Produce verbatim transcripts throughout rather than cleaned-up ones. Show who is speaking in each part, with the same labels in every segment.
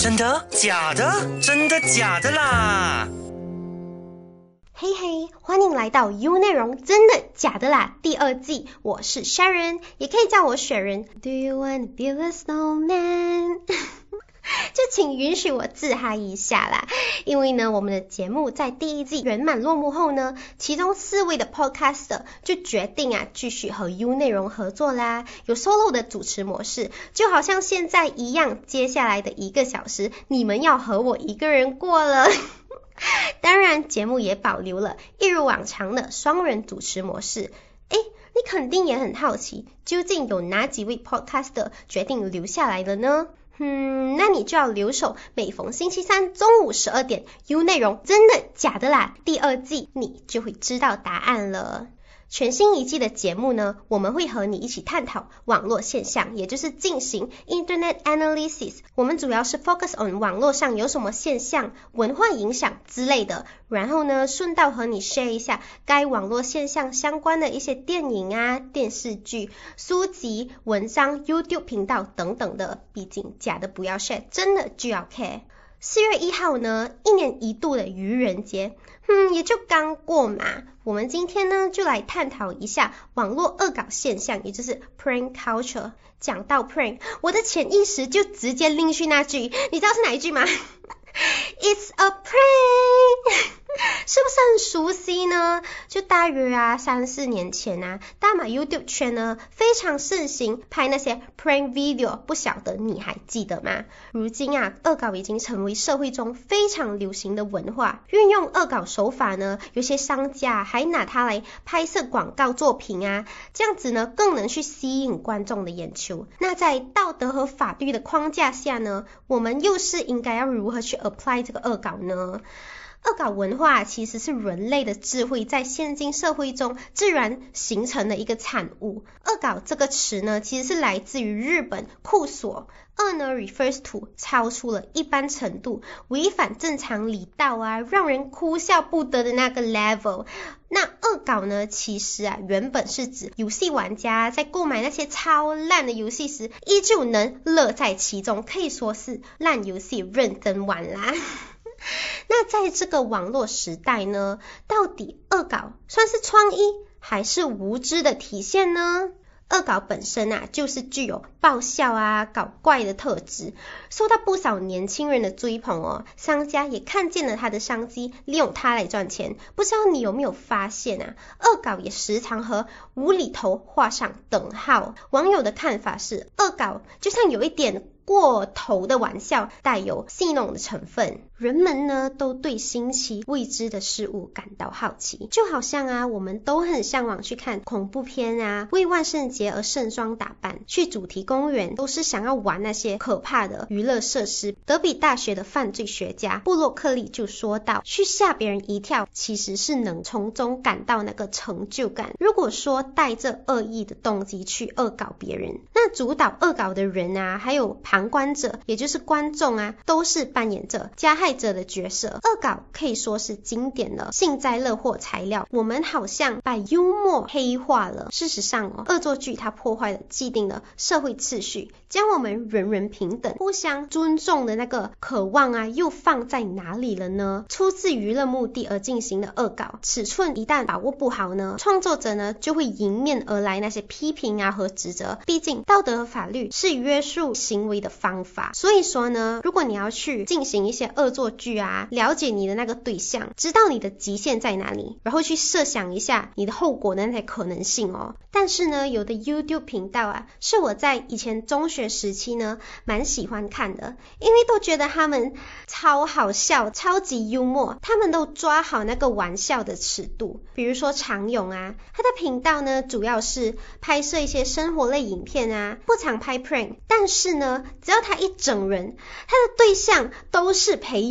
Speaker 1: 真的？假的？真的假的啦？
Speaker 2: 嘿嘿，欢迎来到 U 内容真的假的啦第二季，我是 Sharon， 也可以叫我雪人。Do you wanna build a snowman？ 就请允许我自嗨一下啦，因为呢，我们的节目在第一季圆满落幕后呢，其中四位的 podcaster 就决定啊，继续和 U 内容合作啦，有 solo 的主持模式，就好像现在一样，接下来的一个小时，你们要和我一个人过了。当然，节目也保留了一如往常的双人主持模式。诶，你肯定也很好奇，究竟有哪几位 podcaster 决定留下来了呢？嗯，那你就要留守每逢星期三中午十二点 U 内容真的假的啦第二季，你就会知道答案了。全新一季的节目呢，我们会和你一起探讨网络现象，也就是进行 Internet Analysis。我们主要是 focus on 网络上有什么现象、文化影响之类的，然后呢，顺道和你 share 一下该网络现象相关的一些电影啊、电视剧、书籍、文章、YouTube 频道等等的。毕竟假的不要 share， 真的就要 care。四月一号呢，一年一度的愚人节，嗯，也就刚过嘛。我们今天呢，就来探讨一下网络恶搞现象，也就是 prank culture。讲到 prank， 我的潜意识就直接拎去那句，你知道是哪一句吗？ It's a prank 是不是很熟悉呢？就大约啊三四年前啊，大马 YouTube 圈呢非常盛行拍那些 prank video， 不晓得你还记得吗？如今啊，恶搞已经成为社会中非常流行的文化。运用恶搞手法呢，有些商家还拿它来拍摄广告作品啊，这样子呢更能去吸引观众的眼球。那在道德和法律的框架下呢，我们又是应该要如何去 apply 这个恶搞呢？恶搞文化其实是人类的智慧在现今社会中自然形成的一个产物。恶搞这个词呢，其实是来自于日本酷所。恶呢 refers to 超出了一般程度，违反正常礼道啊，让人哭笑不得的那个 level。那恶搞呢，其实啊，原本是指游戏玩家在购买那些超烂的游戏时，依旧能乐在其中，可以说是烂游戏认真玩啦。那在这个网络时代呢，到底恶搞算是创意还是无知的体现呢？恶搞本身啊，就是具有爆笑啊、搞怪的特质，受到不少年轻人的追捧哦。商家也看见了它的商机，利用它来赚钱。不知道你有没有发现啊，恶搞也时常和无厘头画上等号。网友的看法是，恶搞就像有一点过头的玩笑，带有戏弄的成分。人们呢，都对新奇未知的事物感到好奇，就好像啊，我们都很向往去看恐怖片啊，为万圣节而盛装打扮，去主题公园都是想要玩那些可怕的娱乐设施。德比大学的犯罪学家布洛克利就说到，去吓别人一跳，其实是能从中感到那个成就感。如果说带着恶意的动机去恶搞别人，那主导恶搞的人啊，还有旁观者，也就是观众啊，都是扮演着加害者的角色。恶搞可以说是经典的幸灾乐祸材料，我们好像把幽默黑化了。事实上哦，恶作剧它破坏了既定的社会秩序，将我们人人平等、互相尊重的那个渴望啊，又放在哪里了呢？出自娱乐目的而进行的恶搞，尺寸一旦把握不好呢，创作者呢就会迎面而来那些批评啊和指责。毕竟道德和法律是约束行为的方法，所以说呢，如果你要去进行一些恶作剧啊，了解你的那个对象，知道你的极限在哪里，然后去设想一下你的后果的那些可能性哦。但是呢，有的 YouTube 频道啊，是我在以前中学时期呢蛮喜欢看的，因为都觉得他们超好笑，超级幽默，他们都抓好那个玩笑的尺度。比如说常勇啊，他的频道呢主要是拍摄一些生活类影片啊，不常拍 prank， 但是呢，只要他一整人，他的对象都是裴勇，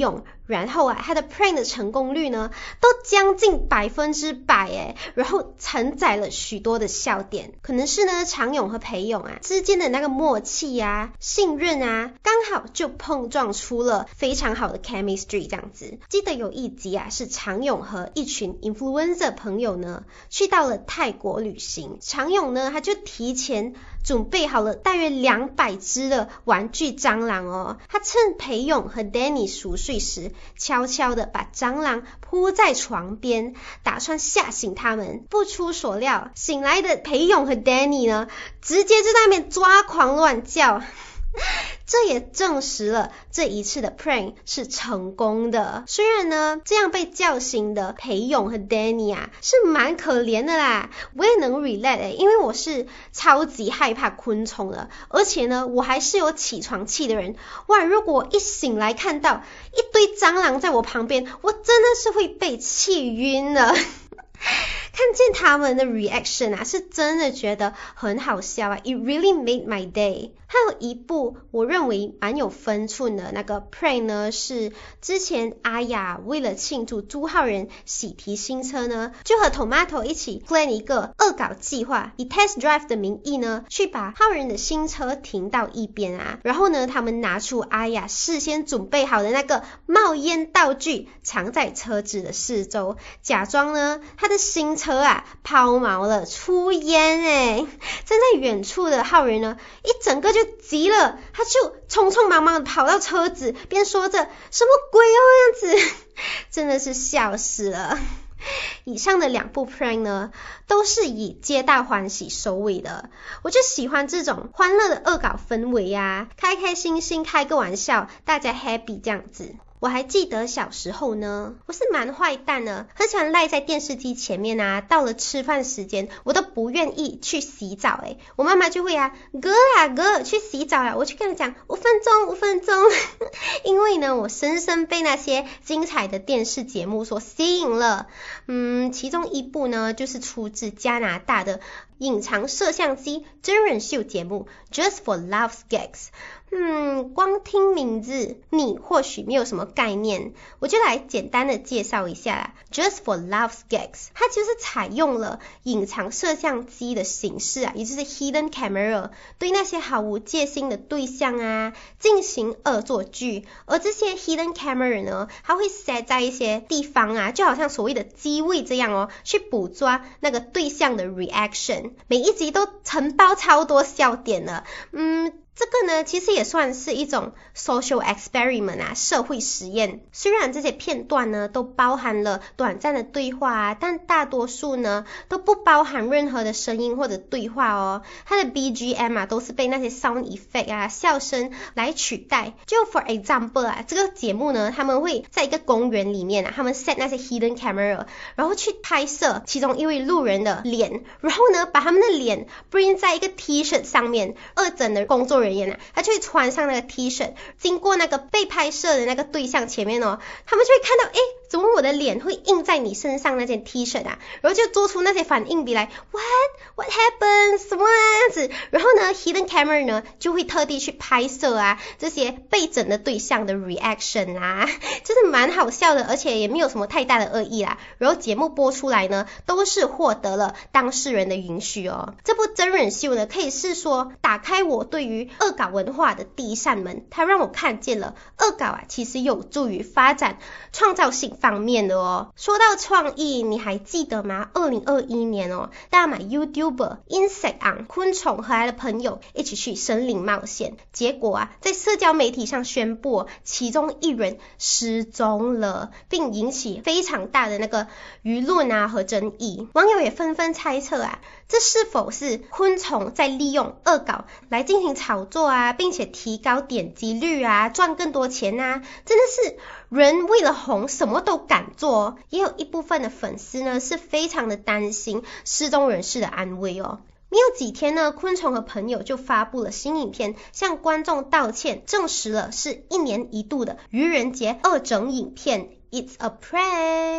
Speaker 2: 然后啊，他的 prank 的成功率呢，都将近百分之百诶，然后承载了许多的笑点。可能是呢，常勇和裴勇啊之间的那个默契啊、信任啊，刚好就碰撞出了非常好的 chemistry 这样子。记得有一集啊，是常勇和一群 influencer 朋友呢，去到了泰国旅行。常勇呢，他就提前准备好了大约两百只的玩具蟑螂哦，他趁裴勇和 Danny 熟睡时，悄悄的把蟑螂铺在床边，打算吓醒他们。不出所料，醒来的裴勇和 Danny 呢，直接就在那边抓狂乱叫。这也证实了这一次的 prank 是成功的。虽然呢，这样被叫醒的裴勇和 Danny 啊是蛮可怜的啦，我也能 relate 欸，因为我是超级害怕昆虫的，而且呢，我还是有起床气的人。哇，如果一醒来看到一堆蟑螂在我旁边，我真的是会被气晕的。看见他们的 reaction 啊，是真的觉得很好笑啊 It really made my day。 还有一部我认为蛮有分寸的那个 prank 呢，是之前阿雅为了庆祝朱浩仁喜提新车呢，就和 Tomato 一起 plan 一个恶搞计划，以 test drive 的名义呢，去把浩仁的新车停到一边啊，然后呢，他们拿出阿雅事先准备好的那个冒烟道具，藏在车子的四周，假装呢他的新车啊抛锚了，出烟诶。站在远处的浩仁呢，一整个就急了，他就匆匆忙忙的跑到车子，边说着什么鬼哦这样子，真的是笑死了。以上的两部 prank 呢，都是以皆大欢喜收尾的。我就喜欢这种欢乐的恶搞氛围啊，开开心心开个玩笑，大家 happy 这样子。我还记得小时候呢，我是蛮坏蛋的，很喜欢赖在电视机前面啊，到了吃饭时间我都不愿意去洗澡诶，我妈妈就会啊，哥啊哥去洗澡啦，我就跟她讲五分钟五分钟因为呢我深深被那些精彩的电视节目所吸引了。嗯，其中一部呢就是出自加拿大的隐藏摄像机真人秀节目 Just for Laughs Gags。嗯，光听名字你或许没有什么概念，我就来简单的介绍一下啦。Just for Laughs Gags 它就是采用了隐藏摄像机的形式啊，也就是 hidden camera， 对那些毫无戒心的对象啊进行恶作剧。而这些 hidden camera 呢，它会 set 在一些地方啊，就好像所谓的机位这样哦，去捕捉那个对象的 reaction。每一集都承包超多笑点了。嗯，这个呢其实也算是一种 social experiment 啊，社会实验。虽然这些片段呢都包含了短暂的对话啊，但大多数呢都不包含任何的声音或者对话哦。它的 B G M 啊都是被那些 sound effect 啊笑声来取代。就 for example 啊，这个节目呢他们会在一个公园里面啊，他们 set 那些 hidden camera， 然后去拍摄其中一位路人的脸，然后呢把他们的脸 bring 在一个 T-shirt 上面，二诊的工作人员啊，他就会穿上那个 T-shirt， 经过那个被拍摄的那个对象前面哦，他们就会看到，诶，怎么我的脸会印在你身上那件 T-shirt 啊？然后就做出那些反应，比来 What What happened 什么样子？然后呢 hidden camera 呢就会特地去拍摄啊这些被整的对象的 reaction 啦，真的蛮好笑的，而且也没有什么太大的恶意啦。然后节目播出来呢，都是获得了当事人的允许哦。这部真人秀呢，可以是说打开我对于恶搞文化的第一扇门，它让我看见了恶搞啊，其实有助于发展创造性方面的哦。说到创意，你还记得吗？二零二一年哦，大马 YouTuber Insect On 昆虫和他的朋友一起去森林冒险，结果啊，在社交媒体上宣布、哦、其中一人失踪了，并引起非常大的那个舆论啊和争议。网友也纷纷猜测啊，这是否是昆虫在利用恶搞来进行炒作啊，并且提高点击率啊，赚更多钱啊？真的是人为了红什么都敢做。也有一部分的粉丝呢是非常的担心失踪人士的安危哦。没有几天呢，昆虫和朋友就发布了新影片，向观众道歉，证实了是一年一度的愚人节恶整影片 It's a prank。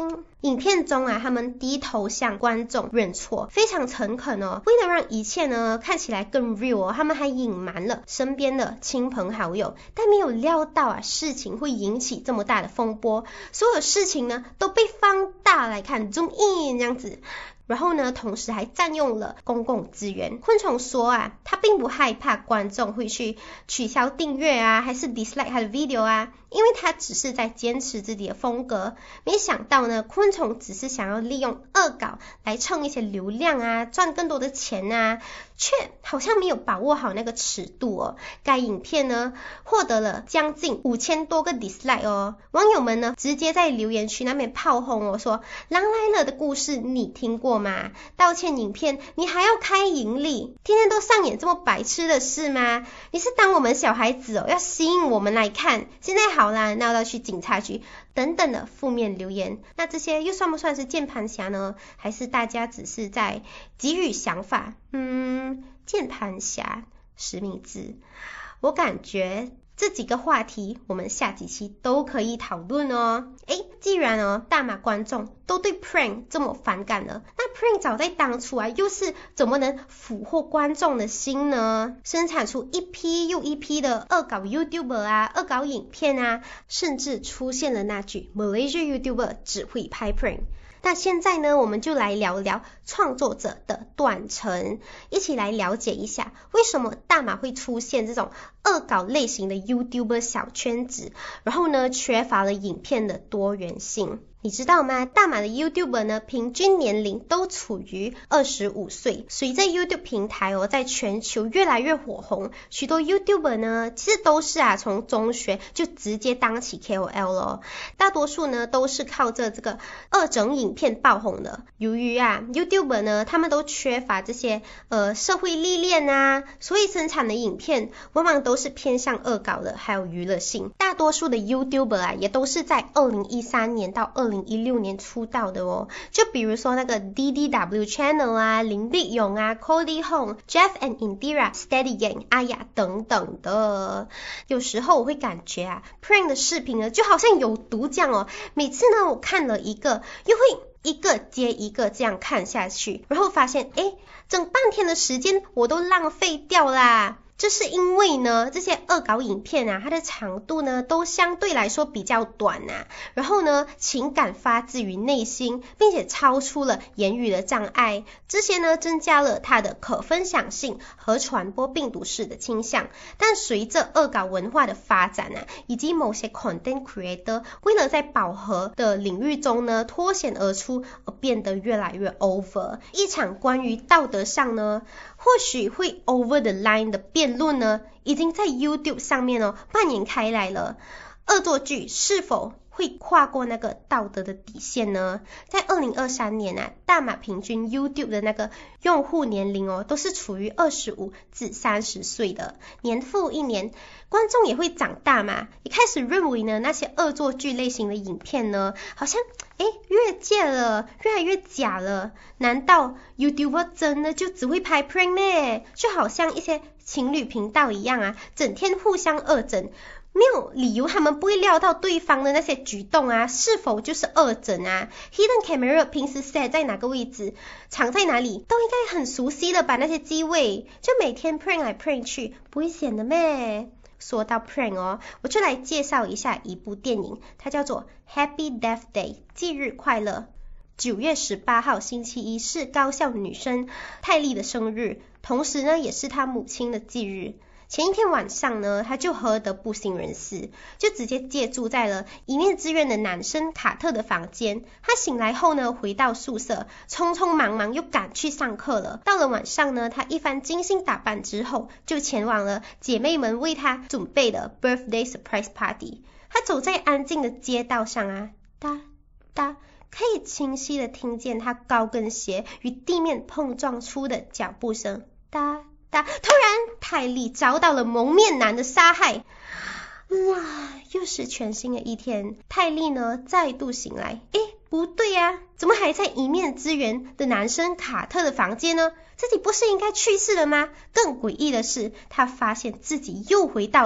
Speaker 2: 影片中啊，他们低头向观众认错，非常诚恳哦。为了让一切呢看起来更 real 哦，他们还隐瞒了身边的亲朋好友，但没有料到啊，事情会引起这么大的风波，所有事情呢都被放大来看 zoom in 这样子。然后呢，同时还占用了公共资源。昆虫说啊，他并不害怕观众会去取消订阅啊，还是 dislike 他的 video 啊，因为他只是在坚持自己的风格。没想到呢，昆虫只是想要利用恶搞来蹭一些流量啊，赚更多的钱啊，却好像没有把握好那个尺度哦。该影片呢，获得了将近五千多个 dislike 哦。网友们呢，直接在留言区那边炮轰哦，说狼来了的故事你听过吗？道歉影片你还要开盈利？天天都上演这么白痴的事吗？你是当我们小孩子哦，要吸引我们来看？现在好啦，闹到去警察局等等的负面留言，那这些又算不算是键盘侠呢？还是大家只是在给予想法？嗯，键盘侠实名制，我感觉这几个话题我们下几期都可以讨论哦。诶，既然哦大马观众都对 prank 这么反感了，那 prank 早在当初啊又是怎么能俘获观众的心呢？生产出一批又一批的恶搞 YouTuber 啊，恶搞影片啊，甚至出现了那句 Malaysia YouTuber 只会拍 prank。那现在呢，我们就来聊聊创作者的断层，一起来了解一下为什么大马会出现这种恶搞类型的 YouTuber 小圈子，然后呢，缺乏了影片的多元性。你知道吗？大马的 YouTuber 呢，平均年龄都处于二十五岁。随着 YouTube 平台哦，在全球越来越火红，许多 YouTuber 呢，其实都是啊，从中学就直接当起 K O L 了。大多数呢，都是靠着这个恶整影片爆红的。由于啊 YouTuber 呢，他们都缺乏这些呃社会历练啊，所以生产的影片往往都是偏向恶搞的，还有娱乐性。大多数的 YouTuber 啊，也都是在二零一三年到二零一六年出道的哦，就比如说那个 D D W Channel 啊，林碧勇啊 Cody Hong、Jeff and Indira、Steady Gang、阿雅等等的。有时候我会感觉啊 prank 的视频呢就好像有毒这样哦，每次呢我看了一个又会一个接一个这样看下去，然后发现诶整半天的时间我都浪费掉啦。这是因为呢，这些恶搞影片啊，它的长度呢都相对来说比较短啊，然后呢，情感发自于内心，并且超出了言语的障碍，这些呢增加了它的可分享性和传播病毒式的倾向。但随着恶搞文化的发展啊，以及某些 content creator 为了在饱和的领域中呢脱险而出，而变得越来越 over。一场关于道德上呢或许会 over the line 的辩论呢，已经在 YouTube 上面哦蔓延开来了。恶作剧是否会跨过那个道德的底线呢？在二零二三年啊，大马平均 YouTube 的那个用户年龄哦，都是处于二十五至三十岁的，年复一年，观众也会长大嘛，也开始认为呢，那些恶作剧类型的影片呢，好像诶越界了，越来越假了。难道 YouTuber 真的就只会拍 prank 咩？就好像一些情侣频道一样啊，整天互相恶整，没有理由他们不会料到对方的那些举动啊，是否就是恶整啊 ？Hidden camera 平时 set 在哪个位置，藏在哪里，都应该很熟悉的吧？那些机位，就每天 prank 来 prank 去，不会显得咩？说到 prank 哦，我就来介绍一下一部电影，它叫做 Happy Death Day 忌日快乐。九月十八号星期一是高校女生泰利的生日，同时呢也是她母亲的忌日。前一天晚上呢，他就喝得不省人事，就直接借住在了一面之缘的男生卡特的房间。他醒来后呢，回到宿舍，匆匆忙忙又赶去上课了。到了晚上呢，他一番精心打扮之后，就前往了姐妹们为他准备的 birthday surprise party。他走在安静的街道上啊，哒哒，可以清晰的听见他高跟鞋与地面碰撞出的脚步声，哒。突然泰利遭到了蒙面男的杀害，啊，又是全新的一天。泰利呢再度醒来，诶，不对啊，怎么还在一面之缘的男生卡特的房间呢？自己不是应该去世了吗？更诡异的是，他发现自己又回到了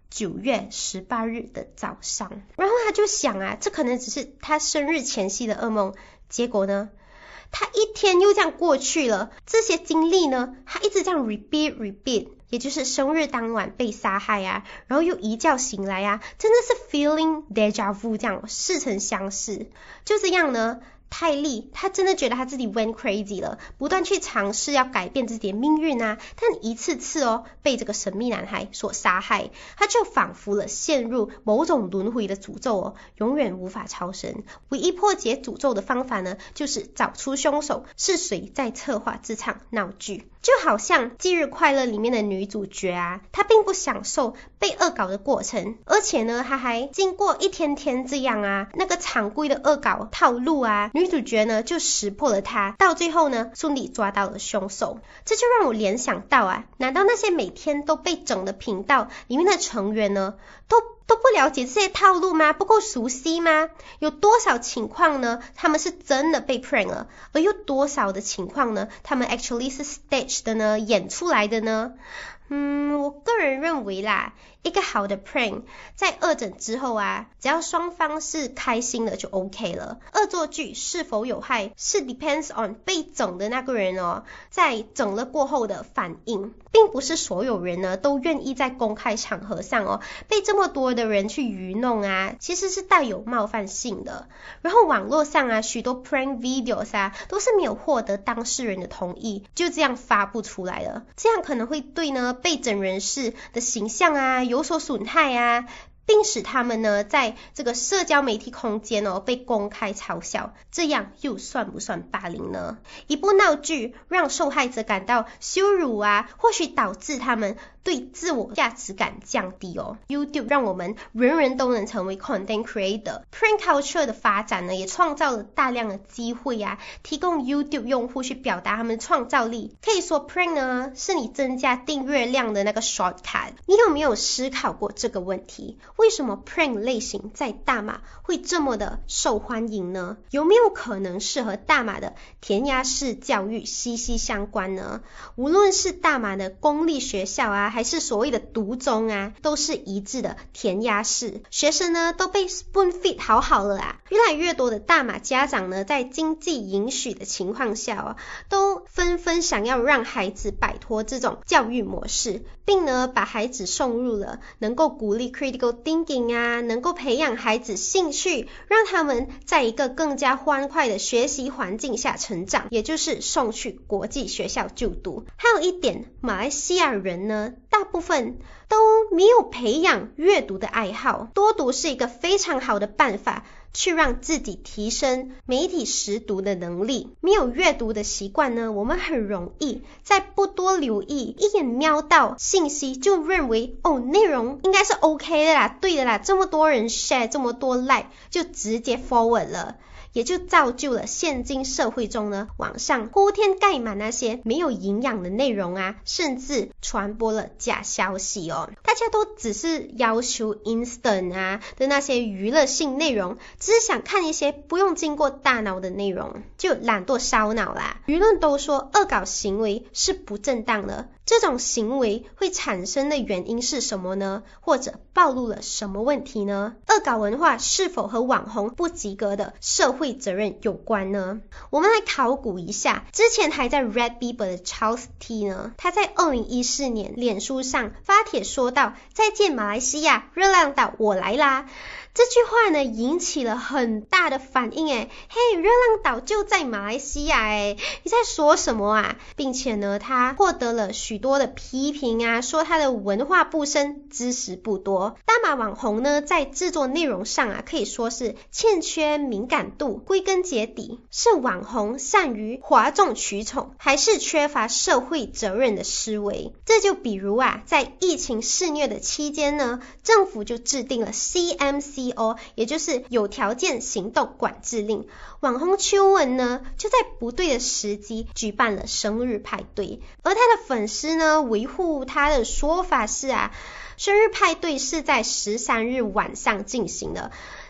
Speaker 2: 九月十八日的早上。然后他就想啊，这可能只是他生日前夕的噩梦，结果呢，他一天又这样过去了，这些经历呢，他一直这样 repeat repeat， 也就是生日当晚被杀害啊，然后又一觉醒来啊，真的是 feeling deja vu 这样，似曾相识。就这样呢，泰利他真的觉得他自己 went crazy 了，不断去尝试要改变自己的命运啊，但一次次哦被这个神秘男孩所杀害，他就仿佛了陷入某种轮回的诅咒哦，永远无法超生。唯一破解诅咒的方法呢，就是找出凶手是谁在策划这场闹剧。就好像《忌日快乐》里面的女主角啊，她并不享受被恶搞的过程，而且呢，她还经过一天天这样啊，那个常规的恶搞套路啊，女主角呢就识破了她，到最后呢顺利抓到了凶手。这就让我联想到啊，难道那些每天都被整的频道里面的成员呢，都都不了解这些套路吗？不够熟悉吗？有多少情况呢，他们是真的被 prank 了，而有多少的情况呢，他们 actually 是 stage 的呢，演出来的呢？嗯，我个人认为啦，一个好的 prank 在恶整之后啊，只要双方是开心的就 OK 了。恶作剧是否有害，是 depends on 被整的那个人哦，在整了过后的反应，并不是所有人呢都愿意在公开场合上哦被这么多的人去愚弄啊，其实是带有冒犯性的。然后网络上啊，许多 prank videos 啊，都是没有获得当事人的同意，就这样发布出来了，这样可能会对呢被整人士的形象啊有所损害啊，并使他们呢在这个社交媒体空间哦被公开嘲笑，这样又算不算霸凌呢？一部闹剧让受害者感到羞辱啊，或许导致他们对自我价值感降低哦。YouTube 让我们人人都能成为 content creator，Prank culture 的发展呢，也创造了大量的机会啊，提供 YouTube 用户去表达他们的创造力。可以说 Prank 呢是你增加订阅量的那个 shortcut。你有没有思考过这个问题？为什么 Prank 类型在大马会这么的受欢迎呢？有没有可能是和大马的填鸭式教育息息相关呢？无论是大马的公立学校啊，还是所谓的独中啊，都是一致的填鸭式，学生呢都被 spoon feed 好好了啊。越来越多的大马家长呢，在经济允许的情况下啊，都纷纷想要让孩子摆脱这种教育模式，并呢把孩子送入了能够鼓励 critical thinking 啊，能够培养孩子兴趣，让他们在一个更加欢快的学习环境下成长，也就是送去国际学校就读。还有一点，马来西亚人呢，大部分都没有培养阅读的爱好，多读是一个非常好的办法，去让自己提升媒体识读的能力。没有阅读的习惯呢，我们很容易在不多留意，一眼瞄到信息就认为哦，内容应该是 OK 的啦，对的啦，这么多人 share， 这么多 like， 就直接 forward 了。也就造就了现今社会中呢，网上铺天盖满那些没有营养的内容啊，甚至传播了假消息哦。大家都只是要求 instant 啊的那些娱乐性内容，只是想看一些不用经过大脑的内容，就懒惰烧脑啦。舆论都说恶搞行为是不正当的，这种行为会产生的原因是什么呢？或者暴露了什么问题呢？恶搞文化是否和网红不及格的社会责任有关呢？我们来考古一下，之前还在 Red Bieber 的 Charles T 呢，他在二零一四年脸书上发帖说到，再见马来西亚，热浪岛我来啦。这句话呢引起了很大的反应诶，嘿，热浪岛就在马来西亚诶，你在说什么啊？并且呢他获得了许多的批评啊，说他的文化不深，知识不多。大马网红呢在制作内容上啊，可以说是欠缺敏感度，归根结底是网红善于哗众取宠，还是缺乏社会责任的思维。这就比如啊，在疫情肆虐的期间呢，政府就制定了 C M C O， 也就是有条件行动管制令。网红秋文呢就在不对的时机举办了生日派对，而他的粉丝呢维护他的说法是啊，生日派对是在十三日晚上进行的，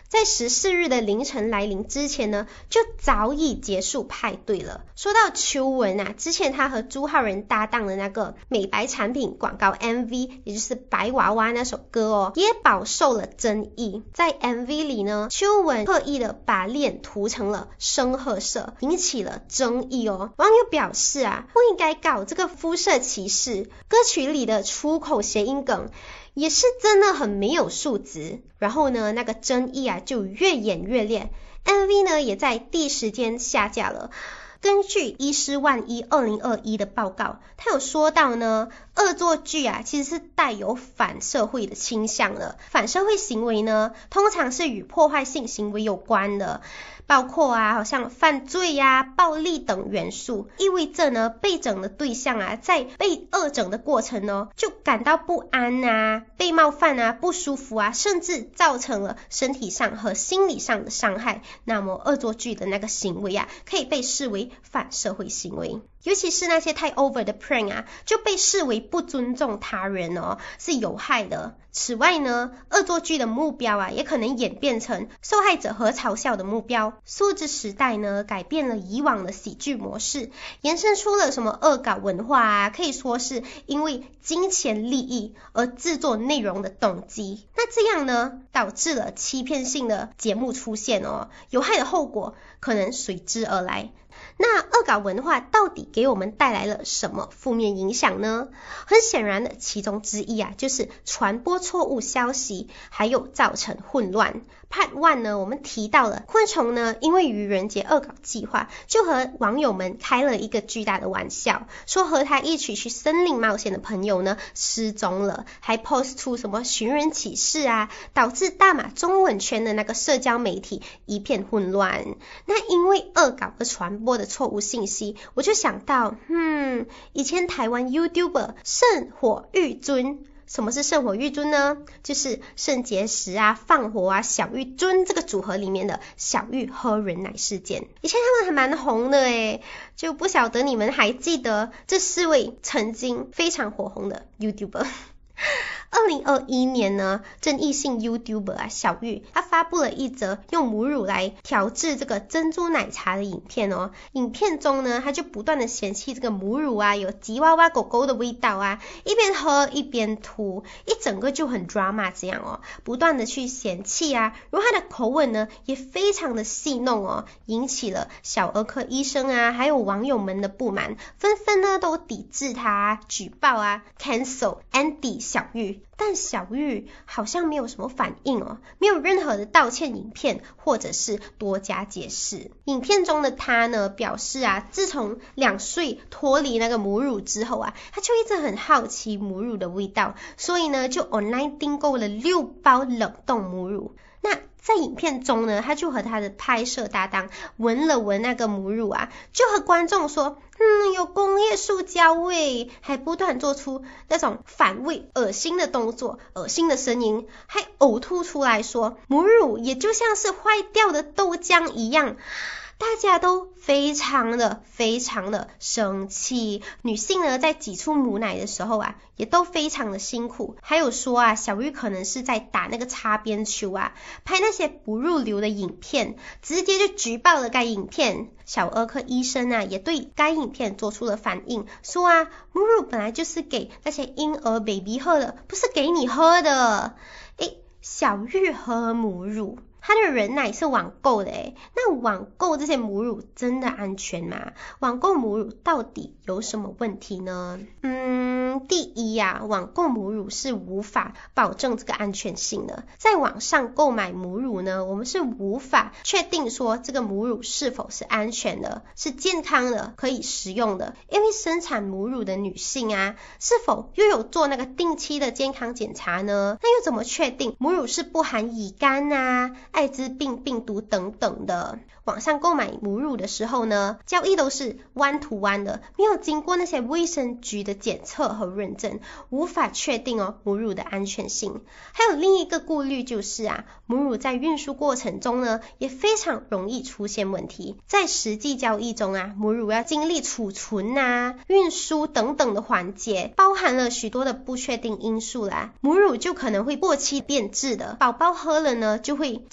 Speaker 2: 在十四日的凌晨来临之前呢，就早已结束派对了。说到秋文啊，之前他和朱浩仁搭档的那个美白产品广告 M V， 也就是白娃娃那首歌哦，也饱受了争议。在 M V 里呢，秋文刻意的把脸涂成了深褐色，引起了争议哦。网友表示啊，不应该搞这个肤色歧视，歌曲里的出口谐音梗也是真的很没有素质。然后呢，那个争议啊就越演越烈， M V 呢也在第一时间下架了。根据医师万一二零二一的报告，他有说到呢，恶作剧啊其实是带有反社会的倾向的。反社会行为呢，通常是与破坏性行为有关的，包括啊好像犯罪啊、暴力等元素，意味着呢被整的对象啊在被恶整的过程呢就感到不安啊、被冒犯啊、不舒服啊，甚至造成了身体上和心理上的伤害。那么恶作剧的那个行为啊，可以被视为反社会行为。尤其是那些太 over 的 prank 啊，就被视为不尊重他人哦，是有害的。此外呢，恶作剧的目标啊，也可能演变成受害者和嘲笑的目标。数字时代呢，改变了以往的喜剧模式，延伸出了什么恶搞文化啊，可以说是因为金钱利益而制作内容的动机。那这样呢，导致了欺骗性的节目出现哦，有害的后果可能随之而来。那恶搞文化到底给我们带来了什么负面影响呢？很显然的，其中之一啊，就是传播错误消息，还有造成混乱。Part one 呢，我们提到了昆虫呢，因为愚人节恶搞计划，就和网友们开了一个巨大的玩笑，说和他一起去森林冒险的朋友呢失踪了，还 post 出什么寻人启事啊，导致大马中文圈的那个社交媒体一片混乱。那因为恶搞而传播的错误信息，我就想到，嗯，以前台湾 YouTuber 圣火玉尊。什么是圣火玉尊呢？就是肾结石啊、放火啊、小玉尊这个组合里面的小玉喝人奶事件。以前他们还蛮红的诶，就不晓得你们还记得这四位曾经非常火红的 YouTuber。二零二一年呢，争议性 YouTuber 啊小玉，他发布了一则用母乳来调制这个珍珠奶茶的影片哦。影片中呢，他就不断的嫌弃这个母乳啊有吉娃娃狗狗的味道啊，一边喝一边吐，一整个就很 drama 这样哦，不断的去嫌弃啊，然后他的口吻呢也非常的戏弄哦，引起了小儿科医生啊还有网友们的不满，纷纷呢都抵制他、举报啊 cancel Andy 小玉。但小玉好像没有什么反应哦，没有任何的道歉影片或者是多加解释。影片中的他呢表示啊，自从两岁脱离那个母乳之后啊，他就一直很好奇母乳的味道，所以呢就 online 订购了六包冷冻母乳。那在影片中呢，他就和他的拍摄搭档闻了闻那个母乳啊，就和观众说，嗯，有工业塑胶味，还不断做出那种反胃、恶心的动作、恶心的声音，还呕吐出来说，母乳也就像是坏掉的豆浆一样。大家都非常的非常的生气，女性呢在挤出母奶的时候啊，也都非常的辛苦。还有说啊，小玉可能是在打那个擦边球啊，拍那些不入流的影片，直接就举报了该影片。小儿科医生啊也对该影片做出了反应，说啊，母乳本来就是给那些婴儿 baby 喝的，不是给你喝的。诶，小玉喝母乳，他的人奶是网购的诶，那网购这些母乳真的安全吗？网购母乳到底有什么问题呢？嗯，第一呀、啊，网购母乳是无法保证这个安全性的。在网上购买母乳呢，我们是无法确定说这个母乳是否是安全的，是健康的，可以食用的。因为生产母乳的女性啊，是否又有做那个定期的健康检查呢？那又怎么确定母乳是不含乙肝啊、艾滋病病毒等等的？网上购买母乳的时候呢，交易都是one to one的，没有经过那些卫生局的检测和认证，无法确定哦母乳的安全性。还有另一个顾虑就是啊，母乳在运输过程中呢，也非常容易出现问题。在实际交易中啊，母乳要经历储存啊、运输等等的环节，包含了许多的不确定因素啦。母乳就可能会过期变质的，宝宝喝了呢，就会造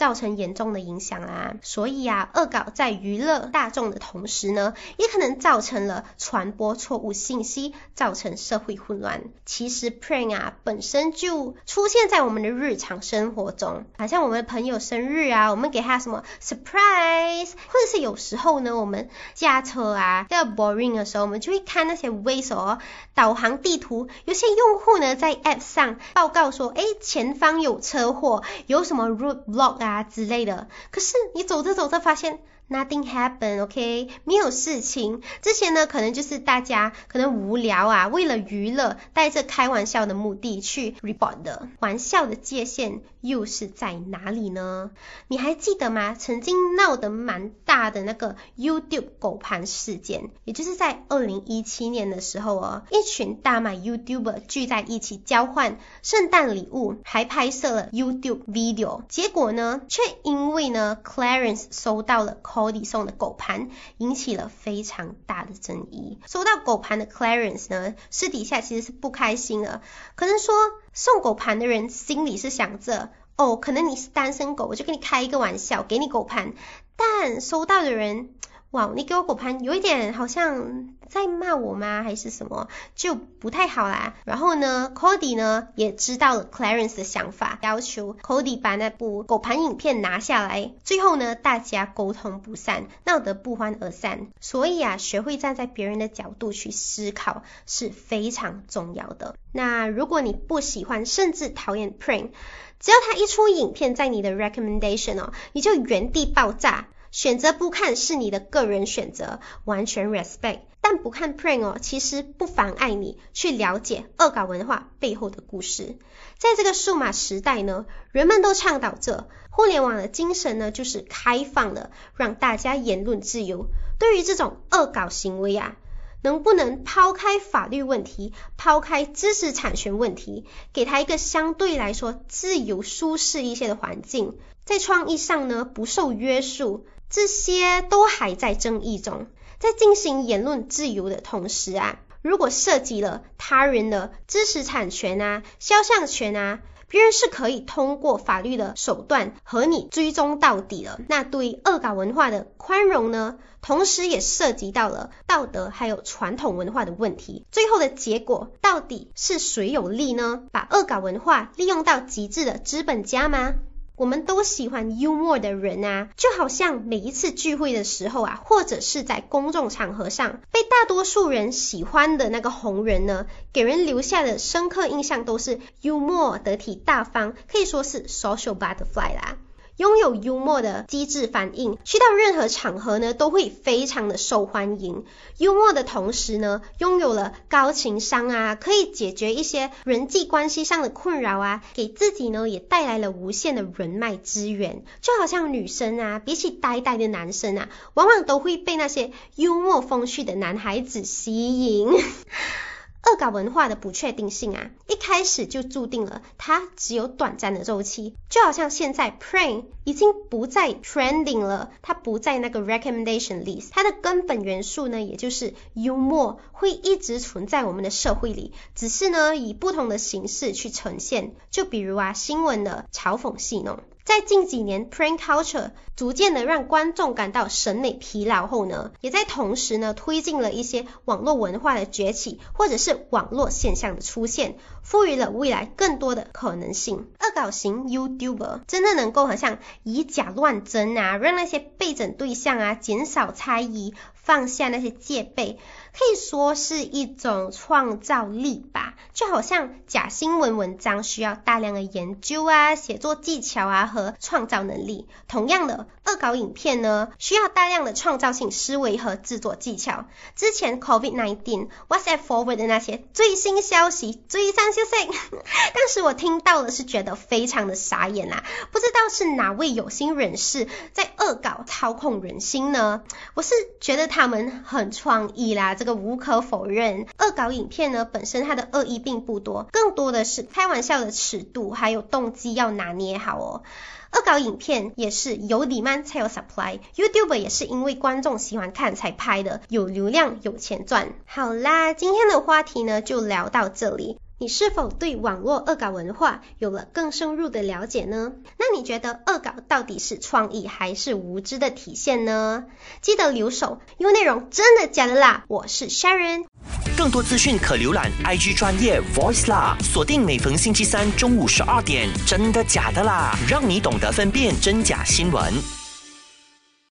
Speaker 2: 造成严重的影响啦。所以啊，恶搞在娱乐大众的同时呢，也可能造成了传播错误信息，造成社会混乱。其实 prank 啊本身就出现在我们的日常生活中，好像我们的朋友生日啊，我们给他什么 surprise， 或者是有时候呢，我们驾车啊比较 boring 的时候，我们就会看那些 Waze 哦导航地图，有些用户呢在 app 上报告说，诶前方有车祸，有什么 road block 啊之类的，可是你走着走着发现Nothing happened, OK， 没有事情。之前呢，可能就是大家可能无聊啊，为了娱乐，带着开玩笑的目的去 report 的。玩笑的界限又是在哪里呢？你还记得吗？曾经闹得蛮大的那个 YouTube 狗盘事件，也就是在二零一七年的时候哦，一群大马 YouTuber 聚在一起交换圣诞礼物，还拍摄了 YouTube video， 结果呢，却因为呢 Clarence 收到了Cody 送的狗盘，引起了非常大的争议。收到狗盘的 Clarence 呢，私底下其实是不开心的，可能说送狗盘的人心里是想着，哦，可能你是单身狗，我就跟你开一个玩笑，给你狗盘。但收到的人，哇，你给我狗盘，有一点好像在骂我吗？还是什么？就不太好啦。然后呢 ，Cody 呢也知道了 Clarence 的想法，要求 Cody 把那部狗盘影片拿下来。最后呢，大家沟通不善，闹得不欢而散。所以啊，学会站在别人的角度去思考是非常重要的。那如果你不喜欢甚至讨厌 prank， 只要他一出影片在你的 recommendation 哦，你就原地爆炸。选择不看是你的个人选择，完全 respect， 但不看 prank 哦，其实不妨碍你去了解恶搞文化背后的故事。在这个数码时代呢，人们都倡导着互联网的精神呢，就是开放的，让大家言论自由。对于这种恶搞行为啊，能不能抛开法律问题，抛开知识产权问题，给他一个相对来说自由舒适一些的环境，在创意上呢不受约束，这些都还在争议中。在进行言论自由的同时啊，如果涉及了他人的知识产权啊、肖像权啊，别人是可以通过法律的手段和你追踪到底的。那对于恶搞文化的宽容呢，同时也涉及到了道德还有传统文化的问题。最后的结果到底是谁有利呢？把恶搞文化利用到极致的资本家吗？我们都喜欢幽默的人啊，就好像每一次聚会的时候啊，或者是在公众场合上，被大多数人喜欢的那个红人呢，给人留下的深刻印象都是幽默、得体、大方，可以说是 social butterfly 啦。拥有幽默的机智反应，去到任何场合呢都会非常的受欢迎。幽默的同时呢，拥有了高情商啊，可以解决一些人际关系上的困扰啊，给自己呢也带来了无限的人脉资源。就好像女生啊，比起呆呆的男生啊，往往都会被那些幽默风趣的男孩子吸引。恶搞文化的不确定性啊，一开始就注定了它只有短暂的周期。就好像现在 prank 已经不再 trending 了，它不在那个 recommendation list， 它的根本元素呢，也就是幽默会一直存在我们的社会里，只是呢以不同的形式去呈现。就比如啊，新闻的嘲讽戏弄。在近几年 prank culture 逐渐的让观众感到审美疲劳后呢，也在同时呢推进了一些网络文化的崛起，或者是网络现象的出现，赋予了未来更多的可能性。恶搞型 YouTuber 真的能够好像以假乱真啊，让那些被整对象啊减少猜疑，放下那些戒备，可以说是一种创造力吧。就好像假新闻文章需要大量的研究啊、写作技巧啊和创造能力，同样的恶搞影片呢，需要大量的创造性思维和制作技巧。之前 COVID 十九 WhatsApp forward 的那些最新消息、最新消息，当时我听到了是觉得非常的傻眼啦，不知道是哪位有心人士在恶搞操控人心呢？我是觉得他们很创意啦，这个无可否认。恶搞影片呢，本身它的恶意并不多，更多的是开玩笑的尺度还有动机要拿捏好哦。恶搞影片也是有 demand 才有 supply， YouTuber 也是因为观众喜欢看才拍的，有流量有钱赚。好啦，今天的话题呢就聊到这里。 你是否对网络恶搞文化有了更深入的了解呢？那你觉得恶搞到底是创意还是无知的体现呢？记得留守，U内容真的假的啦？我是 Sharon。
Speaker 1: 更多资讯可浏览 I G 专业 Voice 啦，锁定每逢星期三中午十二点，真的假的啦，让你懂得分辨真假新闻。